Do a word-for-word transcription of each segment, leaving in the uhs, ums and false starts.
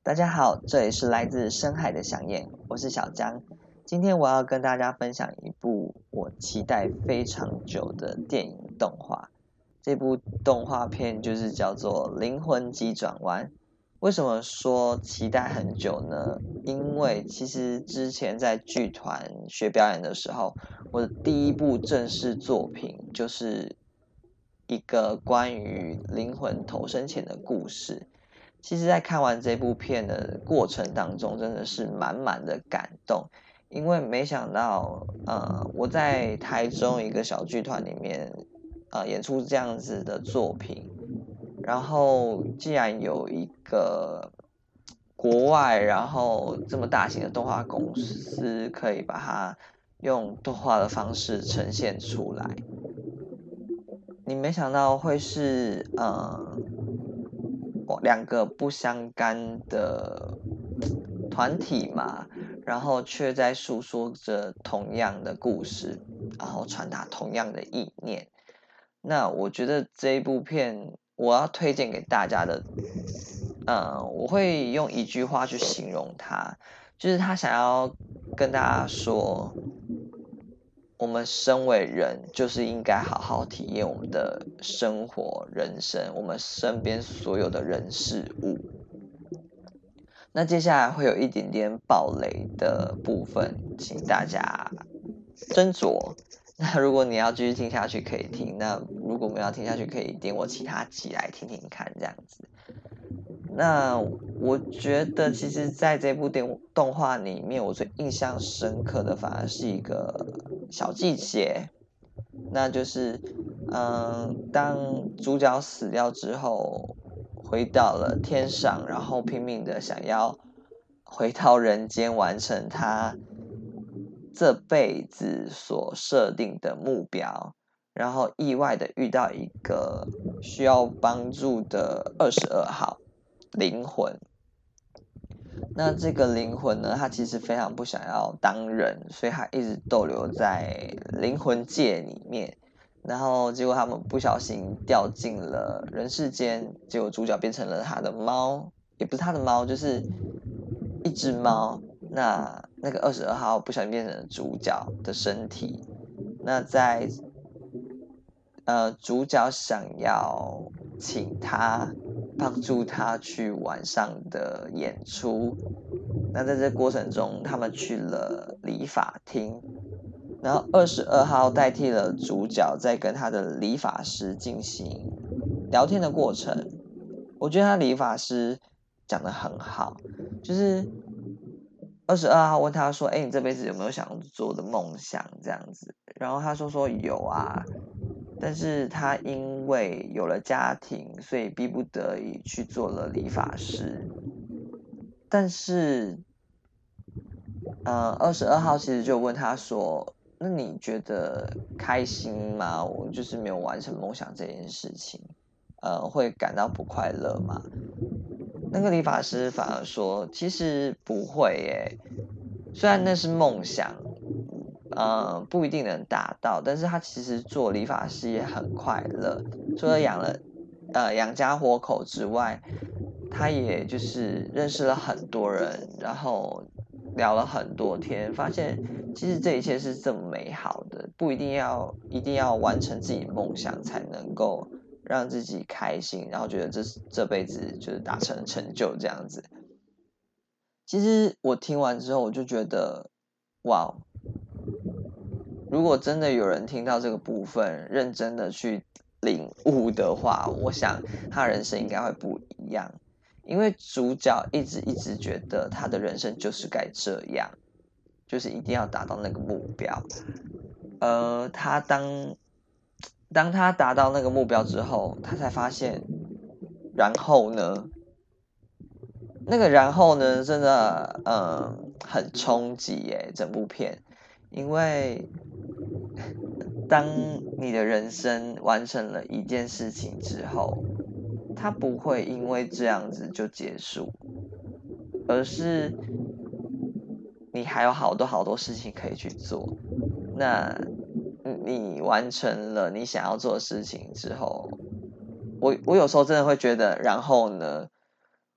大家好，这里是来自深海的响燕，我是小江。今天我要跟大家分享一部我期待非常久的电影动画。这部动画片就是叫做《灵魂急转弯》。为什么说期待很久呢？因为其实之前在剧团学表演的时候，我的第一部正式作品就是一个关于灵魂投生前的故事。其实在看完这部片的过程当中，真的是满满的感动，因为没想到，呃，我在台中一个小剧团里面，呃，演出这样子的作品，然后既然有一个国外，然后这么大型的动画公司可以把它用动画的方式呈现出来，你没想到会是，呃。两个不相干的团体嘛，然后却在诉说着同样的故事，然后传达同样的意念。那我觉得这一部片我要推荐给大家的，呃，我会用一句话去形容它，就是他想要跟大家说，我们身为人，就是应该好好体验我们的生活、人生，我们身边所有的人事物。那接下来会有一点点爆雷的部分，请大家斟酌。那如果你要继续听下去，可以听；那如果没有要听下去，可以点我其他集来听听看，这样子。那我觉得，其实在这部电动画里面，我最印象深刻的反而是一个小细节，那就是，嗯，当主角死掉之后，回到了天上，然后拼命的想要回到人间，完成他这辈子所设定的目标，然后意外的遇到一个需要帮助的二十二号灵魂。那这个灵魂呢，他其实非常不想要当人，所以他一直逗留在灵魂界里面。然后结果他们不小心掉进了人世间，结果主角变成了他的猫，也不是他的猫，就是一只猫。那那个二十二号不小心变成了主角的身体。那在呃主角想要请他帮助他去晚上的演出，那在这过程中，他们去了理发厅。然后二十二号代替了主角，在跟他的理发师进行聊天的过程。我觉得他理发师讲得很好，就是二十二号问他说：“哎，你这辈子有没有想做的梦想？”这样子，然后他说说有啊，但是他因为有了家庭，所以逼不得已去做了理发师。但是，呃，二十二号其实就问他说：“那你觉得开心吗？我就是没有完成梦想这件事情，呃，会感到不快乐吗？”那个理发师反而说：“其实不会耶，虽然那是梦想，呃，不一定能达到，但是他其实做理发师也很快乐，除了养了呃养家活口之外，他也就是认识了很多人，然后聊了很多天，发现其实这一切是这么美好的，不一定要一定要完成自己的梦想才能够让自己开心，然后觉得这这辈子就是达成成就这样子。”其实我听完之后，我就觉得，哇，如果真的有人听到这个部分，认真的去领悟的话，我想他人生应该会不一样。因为主角一直一直觉得他的人生就是该这样，就是一定要达到那个目标。呃，他当当他达到那个目标之后，他才发现，然后呢？那个然后呢，真的，嗯，很冲击耶，整部片，因为当你的人生完成了一件事情之后，它不会因为这样子就结束，而是你还有好多好多事情可以去做。那你完成了你想要做的事情之后，我我有时候真的会觉得，然后呢？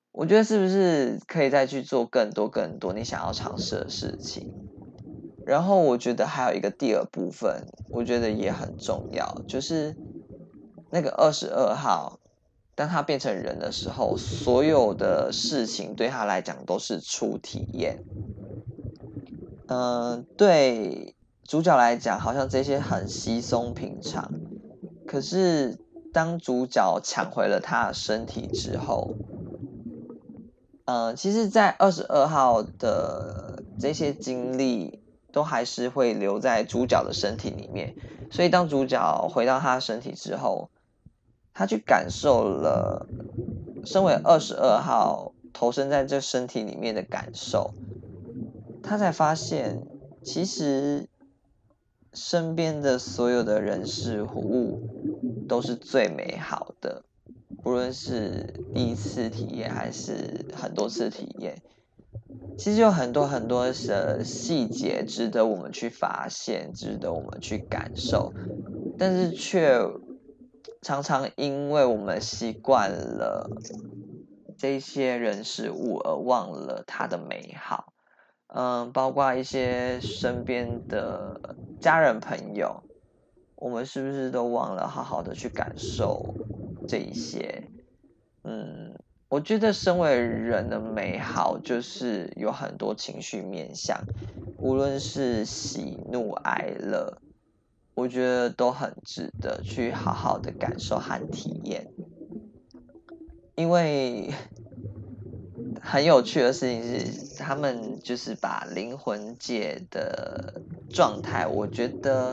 我觉得是不是可以再去做更多更多你想要尝试的事情？然后我觉得还有一个第二部分，我觉得也很重要，就是那个二十二号，当他变成人的时候，所有的事情对他来讲都是初体验。嗯、呃，对主角来讲，好像这些很稀松平常。可是当主角抢回了他的身体之后，呃，其实，在二十二号的这些经历，都还是会留在主角的身体里面。所以，当主角回到他的身体之后，他去感受了身为二十二号投身在这身体里面的感受，他才发现，其实身边的所有的人事物都是最美好的。不论是第一次体验还是很多次体验，其实有很多很多的细节值得我们去发现，值得我们去感受，但是却常常因为我们习惯了这些人事物而忘了它的美好。嗯，包括一些身边的家人朋友，我们是不是都忘了好好的去感受这一些？嗯，我觉得身为人的美好就是有很多情绪面向，无论是喜怒哀乐，我觉得都很值得去好好的感受和体验。因为很有趣的事情是，他们就是把灵魂界的状态，我觉得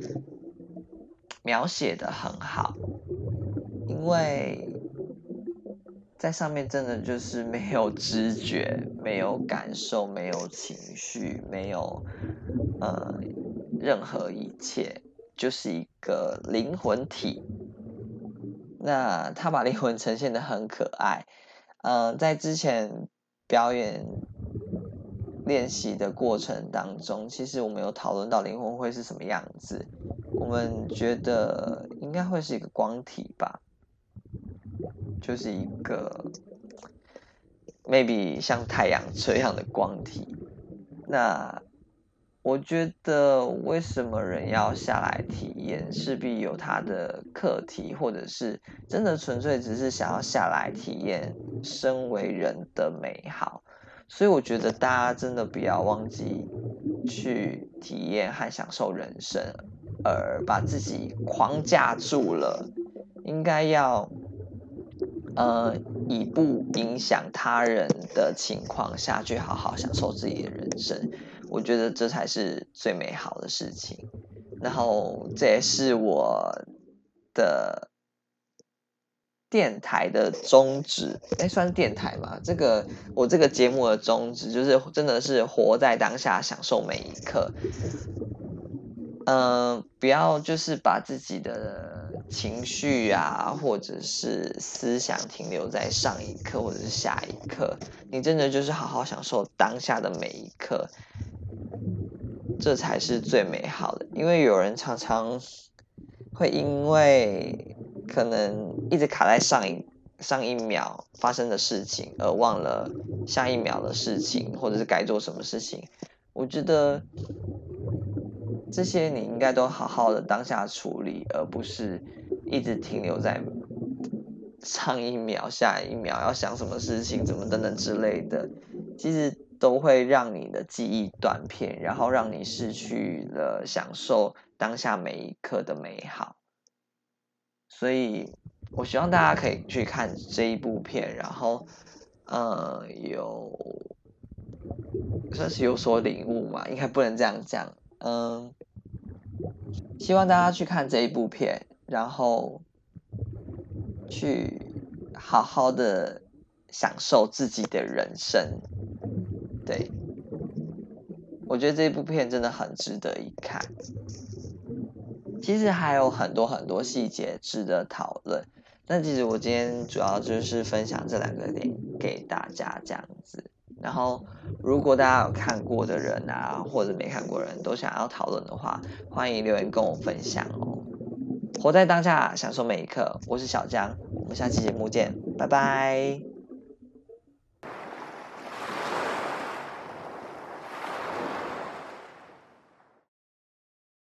描写的很好，因为在上面真的就是没有知觉，没有感受，没有情绪，没有呃任何一切，就是一个灵魂体。那他把灵魂呈现的很可爱，呃，在之前表演练习的过程当中，其实我们有讨论到灵魂会是什么样子，我们觉得应该会是一个光体吧，就是一个 maybe 像太阳这样的光体。那我觉得为什么人要下来体验，势必有他的课题，或者是真的纯粹只是想要下来体验身为人的美好。所以我觉得大家真的不要忘记去体验和享受人生，而把自己框架住了，应该要呃以不影响他人的情况下去好好享受自己的人生。我觉得这才是最美好的事情。然后这也是我的电台的宗旨，哎，算是电台吗？这个我这个节目的宗旨就是真的是活在当下，享受每一刻。嗯、呃，不要就是把自己的情绪啊，或者是思想停留在上一刻或者是下一刻，你真的就是好好享受当下的每一刻。这才是最美好的。因为有人常常会因为可能一直卡在上一上一秒发生的事情，而忘了下一秒的事情，或者是该做什么事情。我觉得这些你应该都好好的当下处理，而不是一直停留在上一秒、下一秒要想什么事情、怎么等等之类的。其实都会让你的记忆断片，然后让你失去了享受当下每一刻的美好。所以，我希望大家可以去看这一部片，然后，呃，有算是有所领悟嘛，应该不能这样讲。嗯，希望大家去看这一部片，然后去好好的享受自己的人生。对。我觉得这部片真的很值得一看。其实还有很多很多细节值得讨论，但其实我今天主要就是分享这两个点给大家这样子。然后，如果大家有看过的人啊，或者没看过的人都想要讨论的话，欢迎留言跟我分享哦。活在当下，享受每一刻。我是小江，我们下期节目见，拜拜。